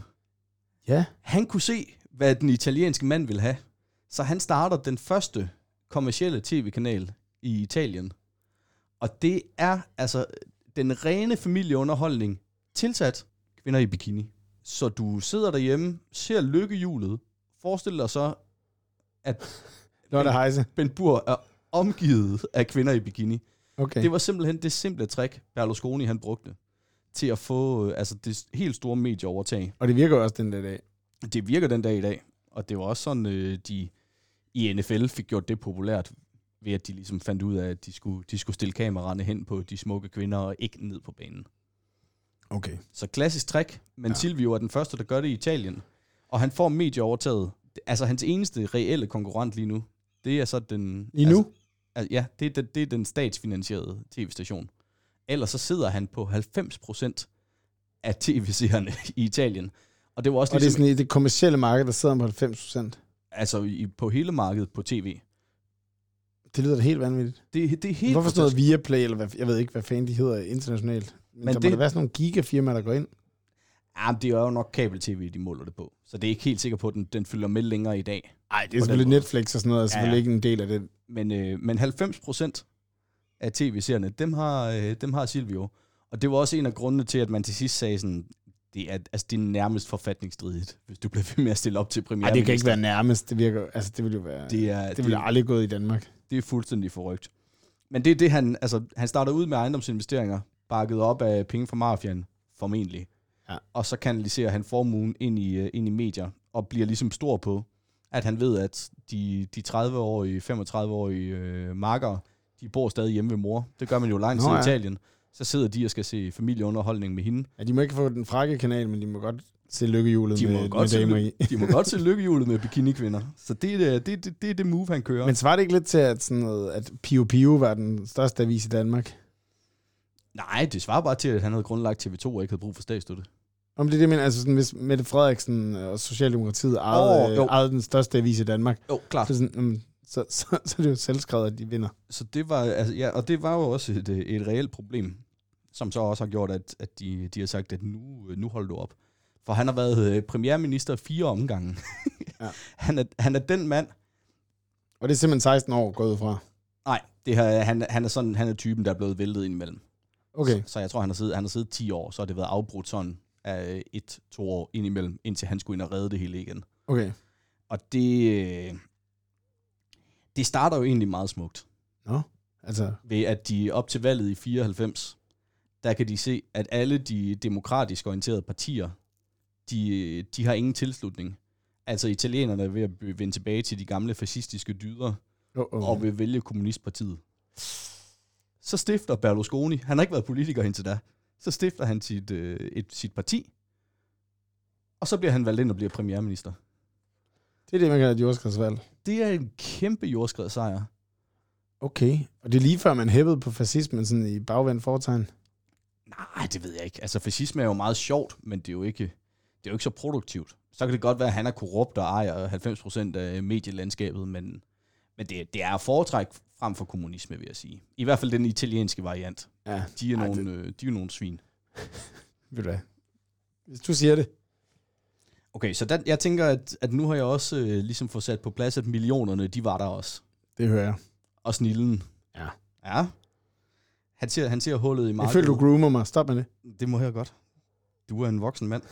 Ja. Han kunne se, hvad den italienske mand ville have. Så han starter den første kommercielle tv-kanal i Italien. Og det er altså den rene familieunderholdning tilsat kvinder i bikini. Så du sidder derhjemme, ser lykkehjulet, forestil dig så, at Lotte Heise. Ben Burr er omgivet af kvinder i bikini. Okay. Det var simpelthen det simple trick, Berlusconi han brugte, til at få øh, altså det helt store medieovertag. Og det virker jo også den der dag. Det virker den dag i dag, og det var også sådan, øh, de i N F L fik gjort det populært, ved at de ligesom fandt ud af, at de skulle, de skulle stille kameraerne hen på de smukke kvinder, og ikke ned på banen. Okay. Så klassisk trick, men Ja. ja. Silvio er den første, der gør det i Italien. Og han får medieovertaget. Altså hans eneste reelle konkurrent lige nu, det er så den... Lige nu? Altså, altså, ja, det er, den, det er den statsfinansierede tv-station. Ellers så sidder han på halvfems procent af tv-seerne i Italien. Og det var også Og det er ligesom, sådan i det kommercielle marked, der sidder på halvfems procent. altså i, på hele markedet på tv. Det lyder da helt vanvittigt. Det, det er helt... Hvorfor sådan noget Viaplay, eller hvad, jeg ved ikke, hvad fanden de hedder internationalt. Men, Men der det- må da være sådan nogle gigafirmaer, der går ind. Ja, det er jo nok kabel-tv, de måler det på. Så det er ikke helt sikker på, at den, den følger med længere i dag. Nej, det er På den selvfølgelig måde. Netflix og sådan noget, er selvfølgelig Ja, ja. ikke en del af det. Men, øh, men halvfems procent af tv-serierne, dem har, øh, dem har Silvio. Og det var også en af grundene til, at man til sidst sagde sådan, det er, altså, det er nærmest forfatningsstridigt, hvis du bliver ved med at stille op til Nej, premierminister. det kan ikke være nærmest. Det virker, altså det vil jo være, det, Det er, det vil det, aldrig gået i Danmark. det er fuldstændig forrygt. Men det er det, han, altså, han starter ud med ejendomsinvesteringer, bakket op af penge fra mafiaen, formentlig. Ja. Og så kanaliserer han formuen ind i, øh, ind i medier, og bliver ligesom stor på, at han ved, at de, de tredive-årige, femogtredive-årige øh, makkere, de bor stadig hjemme ved mor. Det gør man jo langt Nå, tid i ja. Italien. Så sidder de og skal se familieunderholdning med hende. Ja, de må ikke få den frække kanal, men de må godt se lykkehjulet De må, med, godt med se, damer i. ly- de må godt se lykkehjulet med bikinikvinder. Så det er det, det, det, det er det move, han kører. Men svarer det ikke lidt til, at, sådan noget, at Pio Pio var den største avis i Danmark? Nej, det svarer bare til, at han havde grundlagt T V to og ikke havde brug for statsstøtte. Om det er det, men altså sådan, hvis Mette Frederiksen og Socialdemokratiet ejede, Åh, oh, jo. ejede den største avis i Danmark, Jo, klart. så, sådan, um, så, så, så er det jo selvskrevet, at de vinder. Så det var, altså, ja, og det var jo også et, et reelt problem, som så også har gjort, at, at de, de har sagt, at nu, nu holder du op. For han har været premierminister fire omgange. Ja. han, er, han er den mand. Og det er simpelthen seksten år gået fra? Nej, det her, han, han, er sådan, han er typen, der er blevet væltet indimellem. Okay. Så, så jeg tror, han har, siddet, han har siddet ti år, så har det været afbrudt sådan af et, to år indimellem, indtil han skulle ind og redde det hele igen. Okay. Og det, det starter jo egentlig meget smukt. Nå, altså... Ved at de op til valget i fireoghalvfems, der kan de se, at alle de demokratisk orienterede partier, de, de har ingen tilslutning. Altså italienerne er ved at vende tilbage til de gamle fascistiske dyder, oh, oh. og vil vælge kommunistpartiet. Så stifter Berlusconi, han har ikke været politiker indtil da, så stifter han sit, øh, et, sit parti, og så bliver han valgt ind og bliver premierminister. Det er det, man kalder et jordskredsvalg. Det er en kæmpe jordskredssejr. Okay, og det er lige før man hæppede på fascismen sådan i bagvendt foretegn? Nej, det ved jeg ikke. Altså fascisme er jo meget sjovt, men det er jo ikke, det er jo ikke så produktivt. Så kan det godt være, at han er korrupt og ejer halvfems procent af medielandskabet, men, men det, det er foretræk frem for kommunisme, vil jeg sige. I hvert fald den italienske variant. Ja. De er Ej, nogle, det... øh, de er nogle svin. Ved du hvad? Hvis du siger det. Okay, så der, jeg tænker, at, at nu har jeg også øh, ligesom fået sat på plads, at millionerne, de var der også. Det hører jeg. Og snillen. Ja. Ja. Han ser, han ser hullet i markedet. Jeg føler, du groomer mig. Stop med det. Det må jeg godt. Du er en voksen mand.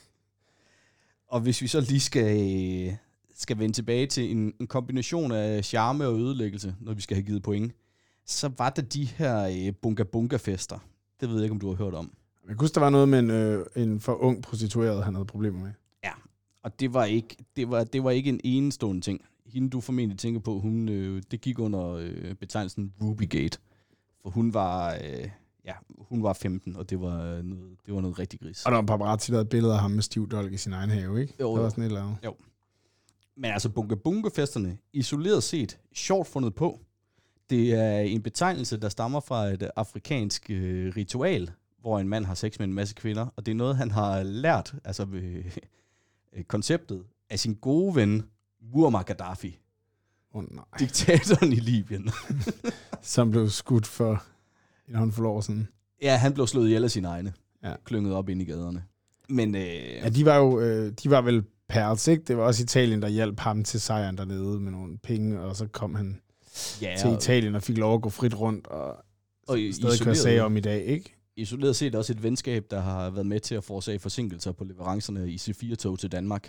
Og hvis vi så lige skal, skal vende tilbage til en, en kombination af charme og ødelæggelse, når vi skal have givet point, så var der de her bunga-bunga-fester. Det ved jeg ikke, om du har hørt om. Jeg kunne huske, der var noget med en, øh, en for ung prostitueret, han havde problemer med. Ja, og det var ikke, det var, det var ikke en enestående ting. Hende, du formentlig tænker på, hun, øh, det gik under øh, betegnelsen Rubygate. For hun var, øh, ja, hun var femten, og det var, noget, det var noget rigtig gris. Og der var en paparazzi, der havde et billede af ham med stiv dolk i sin egen have, ikke? Jo, det var jo. sådan et eller andet. Jo. Men altså, bunga-bunga-festerne, isoleret set, sjovt fundet på. Det er en betegnelse, der stammer fra et afrikansk øh, ritual, hvor en mand har sex med en masse kvinder, og det er noget, han har lært, altså øh, konceptet, af sin gode ven, Muammar Gaddafi. Åh oh, nej. Diktatoren i Libyen. Som blev skudt for en håndfuld år siden. Ja, han blev slået ihjel af sine egne. Ja. Klynget op ind i gaderne. Men, øh, ja, de var jo, øh, de var vel pærls, ikke? Det var også Italien, der hjalp ham til sejren dernede med nogle penge, og så kom han ja, til Italien og fik lov at gå frit rundt, og, og stadig køre sager om i dag, ikke? Isoleret set også et venskab, der har været med til at forårsage forsinkelser på leverancerne i C fire-tog til Danmark.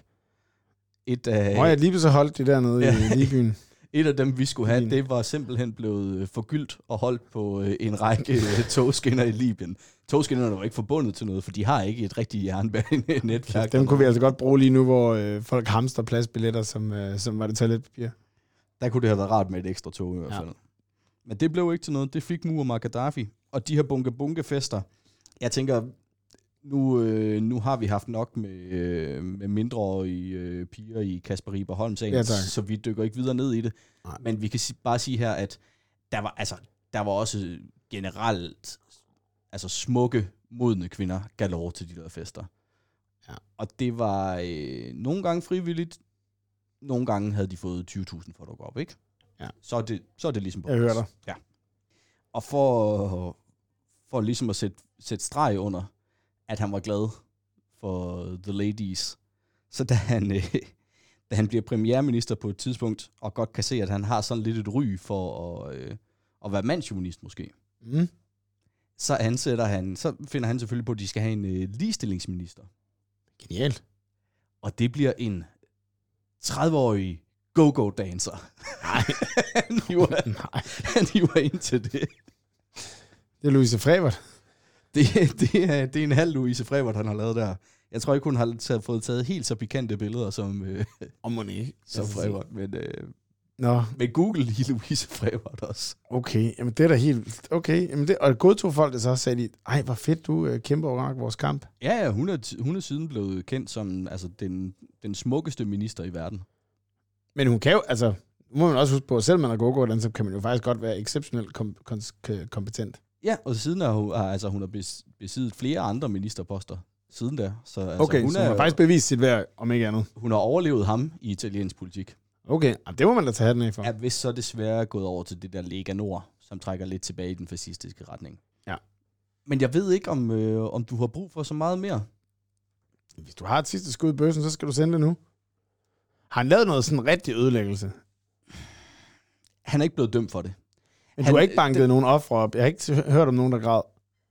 Et af... Nå, jeg lige så holdt det dernede ja. i Libyen. Et af dem, vi skulle have, det var simpelthen blevet forgyldt og holdt på en række togskinner i Libyen. Togskinnerne var ikke forbundet til noget, for de har ikke et rigtigt jernbanenetværk. Dem kunne vi altså godt bruge lige nu, hvor øh, folk hamster pladsbilletter, som, øh, som var det toiletpapir. Der kunne det have været rart med et ekstra tog i hvert fald. Ja. Men det blev ikke til noget. Det fik Muammar Gaddafi. Og de her bunga-bunga-fester, jeg tænker, nu, øh, nu har vi haft nok med, øh, med mindreårige øh, piger i Kasper Riber Holm-sagen, ja, så vi dykker ikke videre ned i det. Nej. Men vi kan si- bare sige her, at der var, altså, der var også generelt altså smukke, modne kvinder galore til de der fester. Ja. Og det var øh, nogle gange frivilligt, nogle gange havde de fået tyve tusind for at gå op, ikke? Ja. Så, er det, så er det ligesom på Jeg hører dig. Ja. Og for, for ligesom at sætte, sætte streg under, at han var glad for the ladies, så da han, øh, da han bliver premierminister på et tidspunkt, og godt kan se, at han har sådan lidt et ry for at, øh, at være mandsjuvenist måske, mm. så ansætter han, så finder han selvfølgelig på, at de skal have en øh, ligestillingsminister. Genialt. Og det bliver en tredive-årig go-go-dancer. Nej. han, hiver, Nej. han hiver ind til det. Det er Louise Frevert. Det, det, er, det er en halv Louise Frevert, han har lavet der. Jeg tror ikke, hun har taget, fået taget helt så pikante billeder som, øh, Om man ikke. som Frevert. Men, øh, Nå. men Google lige Louise Frevert også. Okay, jamen det er da helt... Okay, jamen det, og godtog folk det så, sagde de, ej, hvor fedt du øh, kæmper over vores kamp. Ja, ja, hun er, hun er siden blevet kendt som altså, den, den smukkeste minister i verden. Men hun kan jo, altså, må man også huske på, at selvom man er go-go, så kan man jo faktisk godt være exceptionelt kom, kom, kompetent. Ja, og siden er hun, altså, hun har besiddet flere andre ministerposter siden da. Så, altså, okay, hun så er, hun har faktisk bevist sit værd, om ikke andet. Hun har overlevet ham i italiensk politik. Okay, det må man da tage den af for. Er vist så desværre gået over til det der Lega Nord, som trækker lidt tilbage i den fascistiske retning. Ja. Men jeg ved ikke, om, øh, om du har brug for så meget mere. Hvis du har et sidste skud i bøssen, så skal du sende det nu. Har han lavet noget sådan rigtig ødelæggelse? Han er ikke blevet dømt for det. Men han, du har ikke banket den, nogen ofre op. Jeg har ikke hørt om nogen, der græd.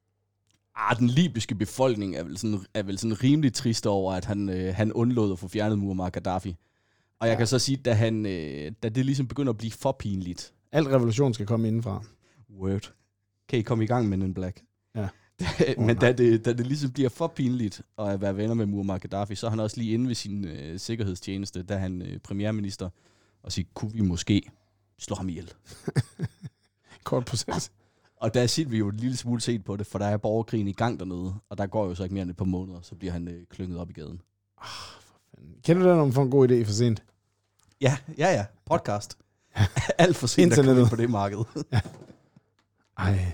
Ah, den libyske befolkning er vel sådan, er vel sådan rimelig trist over, at han, øh, han undlod at få fjernet Muammar Gaddafi. Og jeg ja. kan så sige, da, han, øh, da det ligesom begynder at blive for pinligt. Al revolution skal komme indenfra. Word. Kan I komme i gang med en Black? Ja. Men da det, da det ligesom bliver for pinligt at være venner med Muammar Gaddafi, så er han også lige inde ved sin øh, sikkerhedstjeneste, da han øh, premierminister, og siger, kunne vi måske slå ham ihjel? Kort proces. Og der er vi jo en lille smule set på det, for der er borgerkrigen i gang dernede, og der går jo så ikke mere end et par måneder, så bliver han øh, klynget op i gaden. Oh, for fanden. Kender du den, om for en god idé for sent? Ja, ja, ja. Podcast. Alt for sent, der kommer på det marked. Ja. Ej.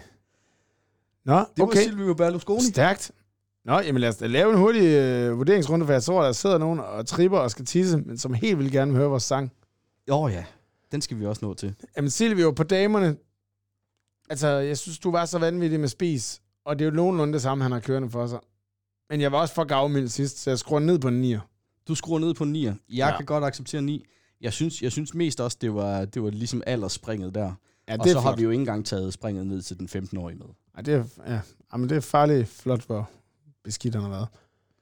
Nå, det var okay. Silvio Berlusconi. Stærkt. Nå, jamen lad os lave en hurtig øh, vurderingsrunde, for jeg tror, der sidder nogen og tripper og skal tisse, men som helt vil gerne høre vores sang. Åh oh, ja, den skal vi også nå til. Jamen Silvio, på damerne, altså jeg synes, du var så vanvittig med spis, og det er jo nogenlunde det samme, han har kørende for sig. Men jeg var også for gavmild sidst, så jeg skruer ned på en nier. Du skruer ned på en nier. Jeg ja. kan godt acceptere ni. Jeg synes, jeg synes mest også, det var, det var ligesom aldersspringet der. Ja, og så flot. Har vi jo ikke engang taget springet ned til den femten-årige med. Ja, det er, ja. Jamen, det er farligt flot, hvor beskidt han har været.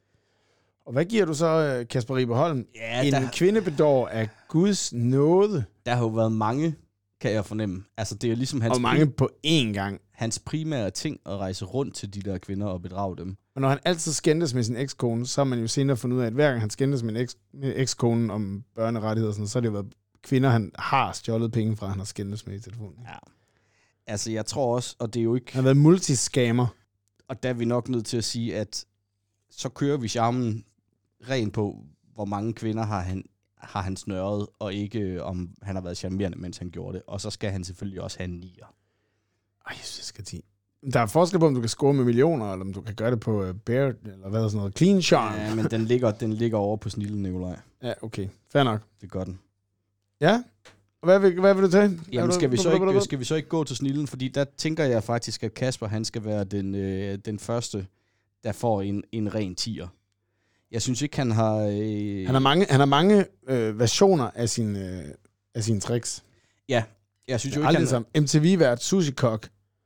Og hvad giver du så, Kasper Riberholm? Ja, en der... kvindebedår af Guds nåde. Der har jo været mange, kan jeg fornemme. Altså, det er ligesom hans, og mange prim- på én gang. Hans primære ting at rejse rundt til de der kvinder og bedrage dem. Og når han altid skændtes med sin ekskone, så har man jo senere fundet ud af, at hver gang han skændtes med, eks- med ekskonen om børnerettigheder og sådan noget, så har det jo været kvinder, han har stjålet penge fra, han har skændtes med i telefonen. Ja. Altså, jeg tror også, og det er jo ikke... Han har været multiscammer. Og der er vi nok nødt til at sige, at så kører vi charmen rent på, hvor mange kvinder har han, har han snørret, og ikke om han har været charmerende, mens han gjorde det. Og så skal han selvfølgelig også have en nier. Ej, jeg synes, jeg skal sige. Der er forskel på, om du kan score med millioner, eller om du kan gøre det på uh, Bear, eller hvad er sådan noget, Clean Charm. Ja, men den ligger, den ligger over på snillen, Nikolaj. Ja, okay. Fair nok. Det gør den. Ja? Hvad vil, hvad vil du tage? Jamen, skal vi, så ikke, skal vi så ikke gå til snillen? Fordi der tænker jeg faktisk, at Kasper, han skal være den, øh, den første, der får en, en ren tier. Jeg synes ikke, han har... Øh... Han har mange, han har mange øh, versioner af sine, øh, af sine tricks. Ja, jeg synes jo ikke, han... Som M T V-vært, sushi-kok.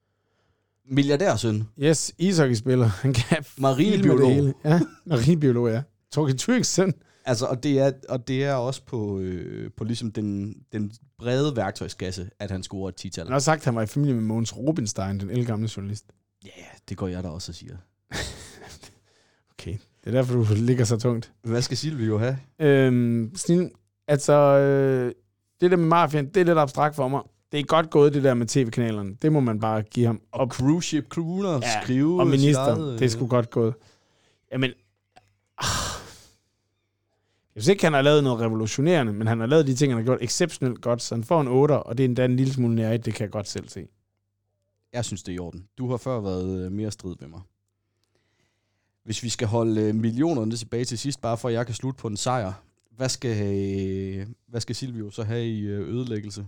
Milliardærsøn. Yes, ishockeyspiller. Han kan marinebiolog. Ja, marinebiolog, ja. Torkild Tyrks søn. Altså, og det er, og det er også på, øh, på ligesom den, den brede værktøjskasse, at han scorer et ti-tal. Han har også sagt, at han var i familie med Mogens Rubinstein, den ældgamle journalist. Ja, yeah, det går jeg da også og siger. Okay, det er derfor, du ligger så tungt. Hvad skal Silvio have? Øhm, snil, altså, øh, det der med mafiaen, det er lidt abstrakt for mig. Det er godt gået, det der med tv-kanalerne. Det må man bare give ham. Og cruise ship crooner, ja, skrive... og minister, eget, det er sgu godt gået. Jamen, ah, jeg synes ikke, han har lavet noget revolutionerende, men han har lavet de ting, han har gjort exceptionelt godt, så han får en otter, og det er endda en lille smule nær, det kan jeg godt selv se. Jeg synes, det er i orden. Du har før været mere strid ved mig. Hvis vi skal holde millionerne tilbage til sidst, bare for at jeg kan slutte på en sejr, hvad skal, hvad skal Silvio så have i ødelæggelse?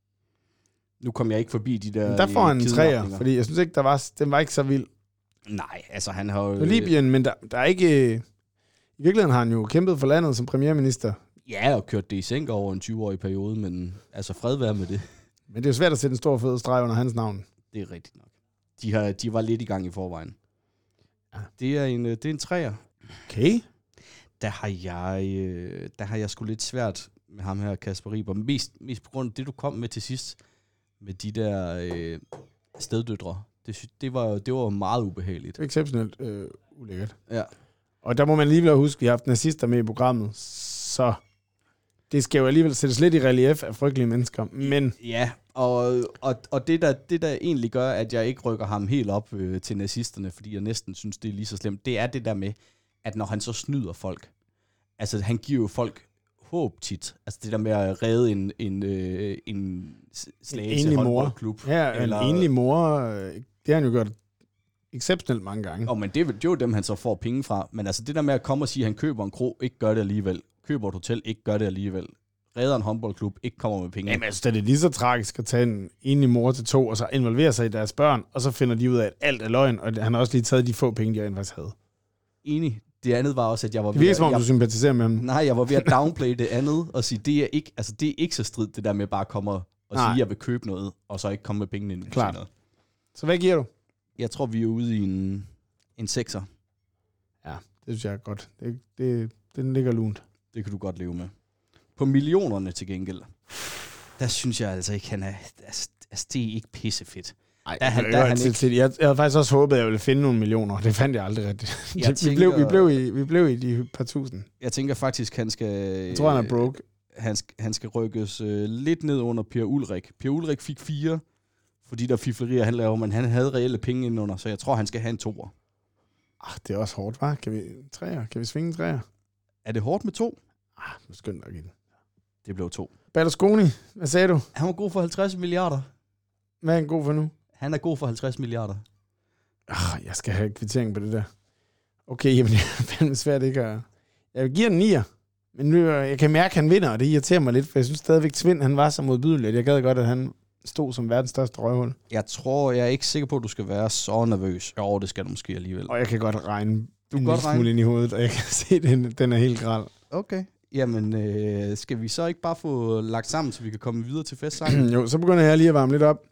Nu kom jeg ikke forbi de der... Men der får han en træer, fordi jeg synes ikke, der var, den var ikke så vild. Nej, altså han har jo... Libyen, men der, der er ikke... I virkeligheden har han jo kæmpet for landet som premierminister. Ja, og kørt det i sænk over en tyve-årig periode, men altså fred være med det. Men det er jo svært at sætte en stor fed streg under hans navn. Det er rigtigt nok. De, har, de var lidt i gang i forvejen. Ja. Det er en, det er en træer. Okay. Der har jeg, der har jeg sgu lidt svært med ham her, Kasper Riber. Mest, mest på grund af det, du kom med til sidst, med de der øh, steddøtre. Det, det, var, det var meget ubehageligt. Det er exceptionelt øh, ulækkert. Ja. Og der må man alligevel huske, at vi har haft nazister med i programmet, så det skal jo alligevel sættes lidt i relief af frygtelige mennesker, men... Ja, og, og, og det, der, det der egentlig gør, at jeg ikke rykker ham helt op øh, til nazisterne, fordi jeg næsten synes, det er lige så slemt, det er det der med, at når han så snyder folk, altså han giver jo folk håb tit, altså det der med at redde en, en, øh, en Slagelse håndboldklub. Ja, eller en enlig mor, det har han jo gjort exceptionelt mange gange. Oh, men det, det er jo dem, han så får penge fra. Men altså det der med at komme og sige, at han køber en kro, ikke gør det alligevel. Køber et hotel, ikke gør det alligevel. redder en håndboldklub, ikke kommer med penge. Jamen, altså, det er lige så tragisk at tage en enlig mor til to, og så involvere sig i deres børn, og så finder de ud af, at alt er løgn, og han har også lige taget de få penge, de rent faktisk havde. Enig. Det andet var også, at jeg var Det virker som om, jeg, du sympatiserer med ham. Nej, jeg var ved at downplay det andet, og sige, det er ikke, altså, det er ikke så strid, det der med bare at komme og, og sige, at jeg vil købe noget, og så ikke komme med pengene ind. Klart. Noget. Så hvad giver du? Jeg tror, vi er ude i en, en sekser. Ja, det synes jeg er godt. Det, det, den ligger lunt. Det kan du godt leve med. På millionerne til gengæld, der synes jeg altså ikke, han er... Altså, altså det er ikke pissefedt. Ej, der, han, jeg, der, han til, ikke... til, jeg, jeg havde faktisk også håbet, at jeg ville finde nogle millioner. Det fandt jeg aldrig rigtigt. Jeg vi, tænker, blev, vi, blev i, vi blev i de par tusind. Jeg tænker faktisk, han skal... Jeg tror, han er broke. Han skal, han skal rykkes øh, lidt ned under Per Ulrik. Per Ulrik fik fire, fordi der fiflerier, han laver, men han havde reelle penge indenunder, så jeg tror, han skal have en toer. Ah, det er også hårdt, hva'? Kan vi træer? Kan vi svinge træer? Er det hårdt med to? Ah, nu skynd dig igen. Det blev to. Berlusconi, hvad sagde du? Han var god for halvtreds milliarder. Hvad er han god for nu? Han er god for halvtreds milliarder. Ah, jeg skal have kvittering på det der. Okay, jamen det er fandme svært ikke at... Jeg giver en nier, men nu, jeg kan mærke, at han vinder, og det irriterer mig lidt, for jeg synes stadigvæk, Tvind, han var så modbydelig, at jeg gad godt, at han stod som verdens største røvhul. Jeg tror, jeg er ikke sikker på, at du skal være så nervøs. Jo, det skal du måske alligevel. Og jeg kan godt regne du en godt lille regne? smule ind i hovedet, og jeg kan se, at den, den er helt gral. Okay. Jamen, øh, skal vi så ikke bare få lagt sammen, så vi kan komme videre til festsangen? Jo, så begynder jeg lige at varme lidt op.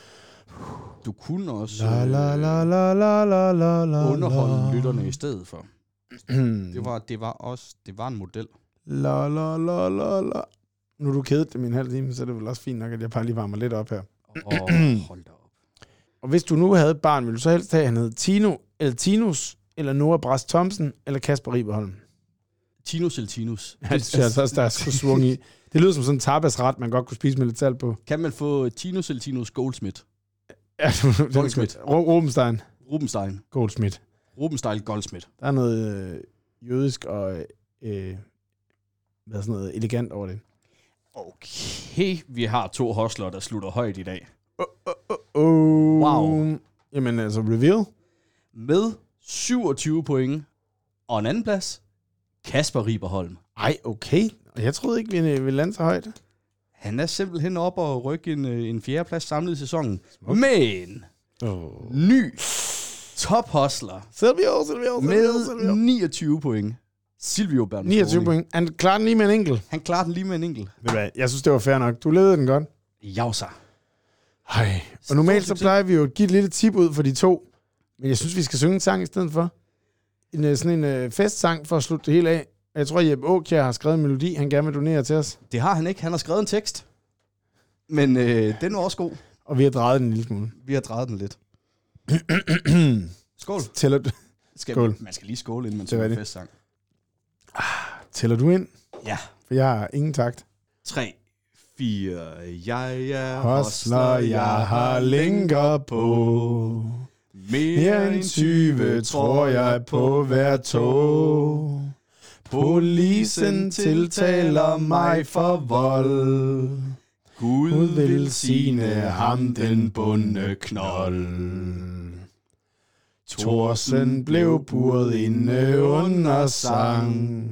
Du kunne også La, la, la, la, la, la, la, la, underholde lytterne i stedet for. Det var, det var også det var en model. La, la, la, la, la. Nu er du kedet det min halv time, så er det vel også fint nok, at jeg bare lige varmer lidt op her. Åh, oh, hold da op. Og hvis du nu havde et barn, ville du så helst have, at han hed Tino, eller Tinus, eller Noah Brast Thomsen, eller Kasper Riberholm? Tinus eller Tinus? Ja, det synes jeg altså også, der er sgu svung i. Det lyder som sådan en tapasret, man godt kunne spise med lidt salt på. Kan man få Tinus eller Tinus Goldsmith? Ja, Goldsmith. Rubenstein. Rubenstein. Goldsmith. Rubenstein Goldsmith. Der er noget øh, jødisk og øh, hvad er sådan noget elegant over det. Okay, vi har to hostler, der slutter højt i dag. Oh, oh, oh, oh. Wow. Jamen altså, reveal. Med syvogtyve point og en anden plads, Kasper Riberholm. Ej, okay. Og jeg troede ikke, vi ville lande så højt. Han er simpelthen op og rykke en, en fjerde plads samlet i sæsonen. Smuk. Men oh. ny top hustler Silvio, Silvio, Silvio, med Silvio. niogtyve point. Silvio Berlusconi. niogtyve point. Han klarer den lige med en enkelt. Han klarer den lige med en enkelt. Ved du hvad, jeg synes, det var fair nok. Du ledede den godt. Jausa. Hej. Og normalt så plejer vi jo at give et lille tip ud for de to. Men jeg synes, vi skal synge en sang i stedet for. En, sådan en uh, festsang for at slutte det hele af. Jeg tror, Jeppe Aakjær har skrevet en melodi, han gerne vil donere til os. Det har han ikke. Han har skrevet en tekst. Men øh, den var også god. Og vi har drejet den en lille smule. Vi har drejet den lidt. Skål. Tæller du, Skal, Skål. Man skal lige skåle, inden man Det er synger en det. festsang. tæller du ind? Ja. For jeg har ingen takt. tre, fire, jeg er Hostler, jeg har linker på. Mere end tyve tror jeg på hver tog. Policen tiltaler mig for vold. Gud vil sine ham den bunde knold. Thorsen blev buret inde under sang.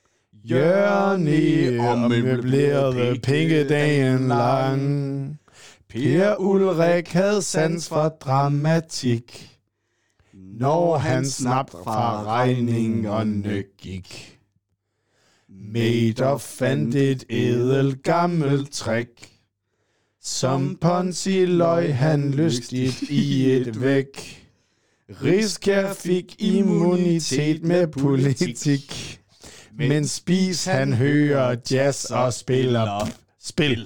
Jørgen og møblerede pinkedagen lang. Per Ulrik havde sans for dramatik, når han snap fra regningerne gik. Mader fandt et ædel gammelt trick, som Ponzi løg han lystigt i et væk. Riskær fik immunitet med politik, men Spis han hører jazz og spiller spil.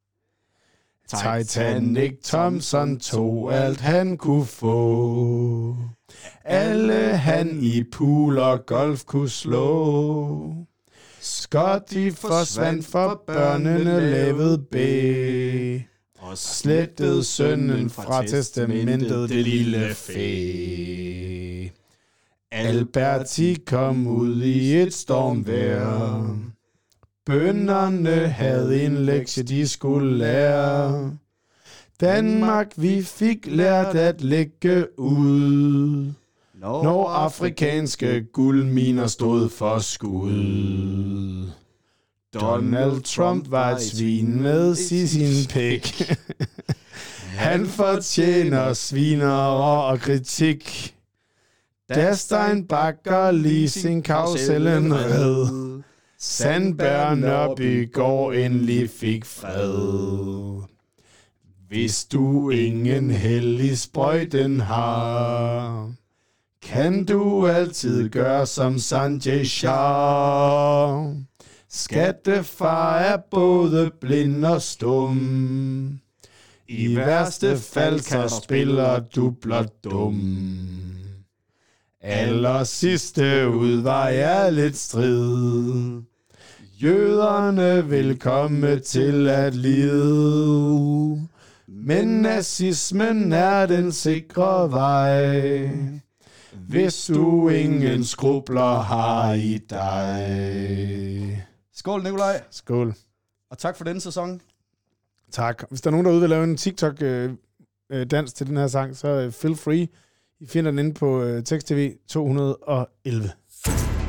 Titanic Thompson tog alt han kunne få. Alle han i pool og golf kunne slå. Scotty forsvandt for børnene lavede B. Og slettede sønnen fra testamentet, det lille fæ. Alberti kom ud i et stormvejr. Bønderne havde en lektie, de skulle lære. Danmark, vi fik lært at lægge ud, når afrikanske guldminer stod for skud. Donald Trump var et svin med sin pik. Han fortjener svinere og kritik. Da Steinbacher lige sin kausellen red. Sandberg Nørby går endelig fik fred. Hvis du ingen hellig sprøjten har, kan du altid gøre som Sanjay Shah. Skattefar er både blind og stum. I værste fald så spiller du blot dum. Aller sidste udvej er lidt strid. Jøderne vil komme til at lide. Men nazismen er den sikre vej. Hvis du ingen skrubler har i dig. Skål, Nikolaj. Skål. Og tak for denne sæson. Tak. Hvis der er nogen derude, der vil lave en TikTok-dans til den her sang, så feel free. I finder den inde på Tekst T V to hundrede og elleve.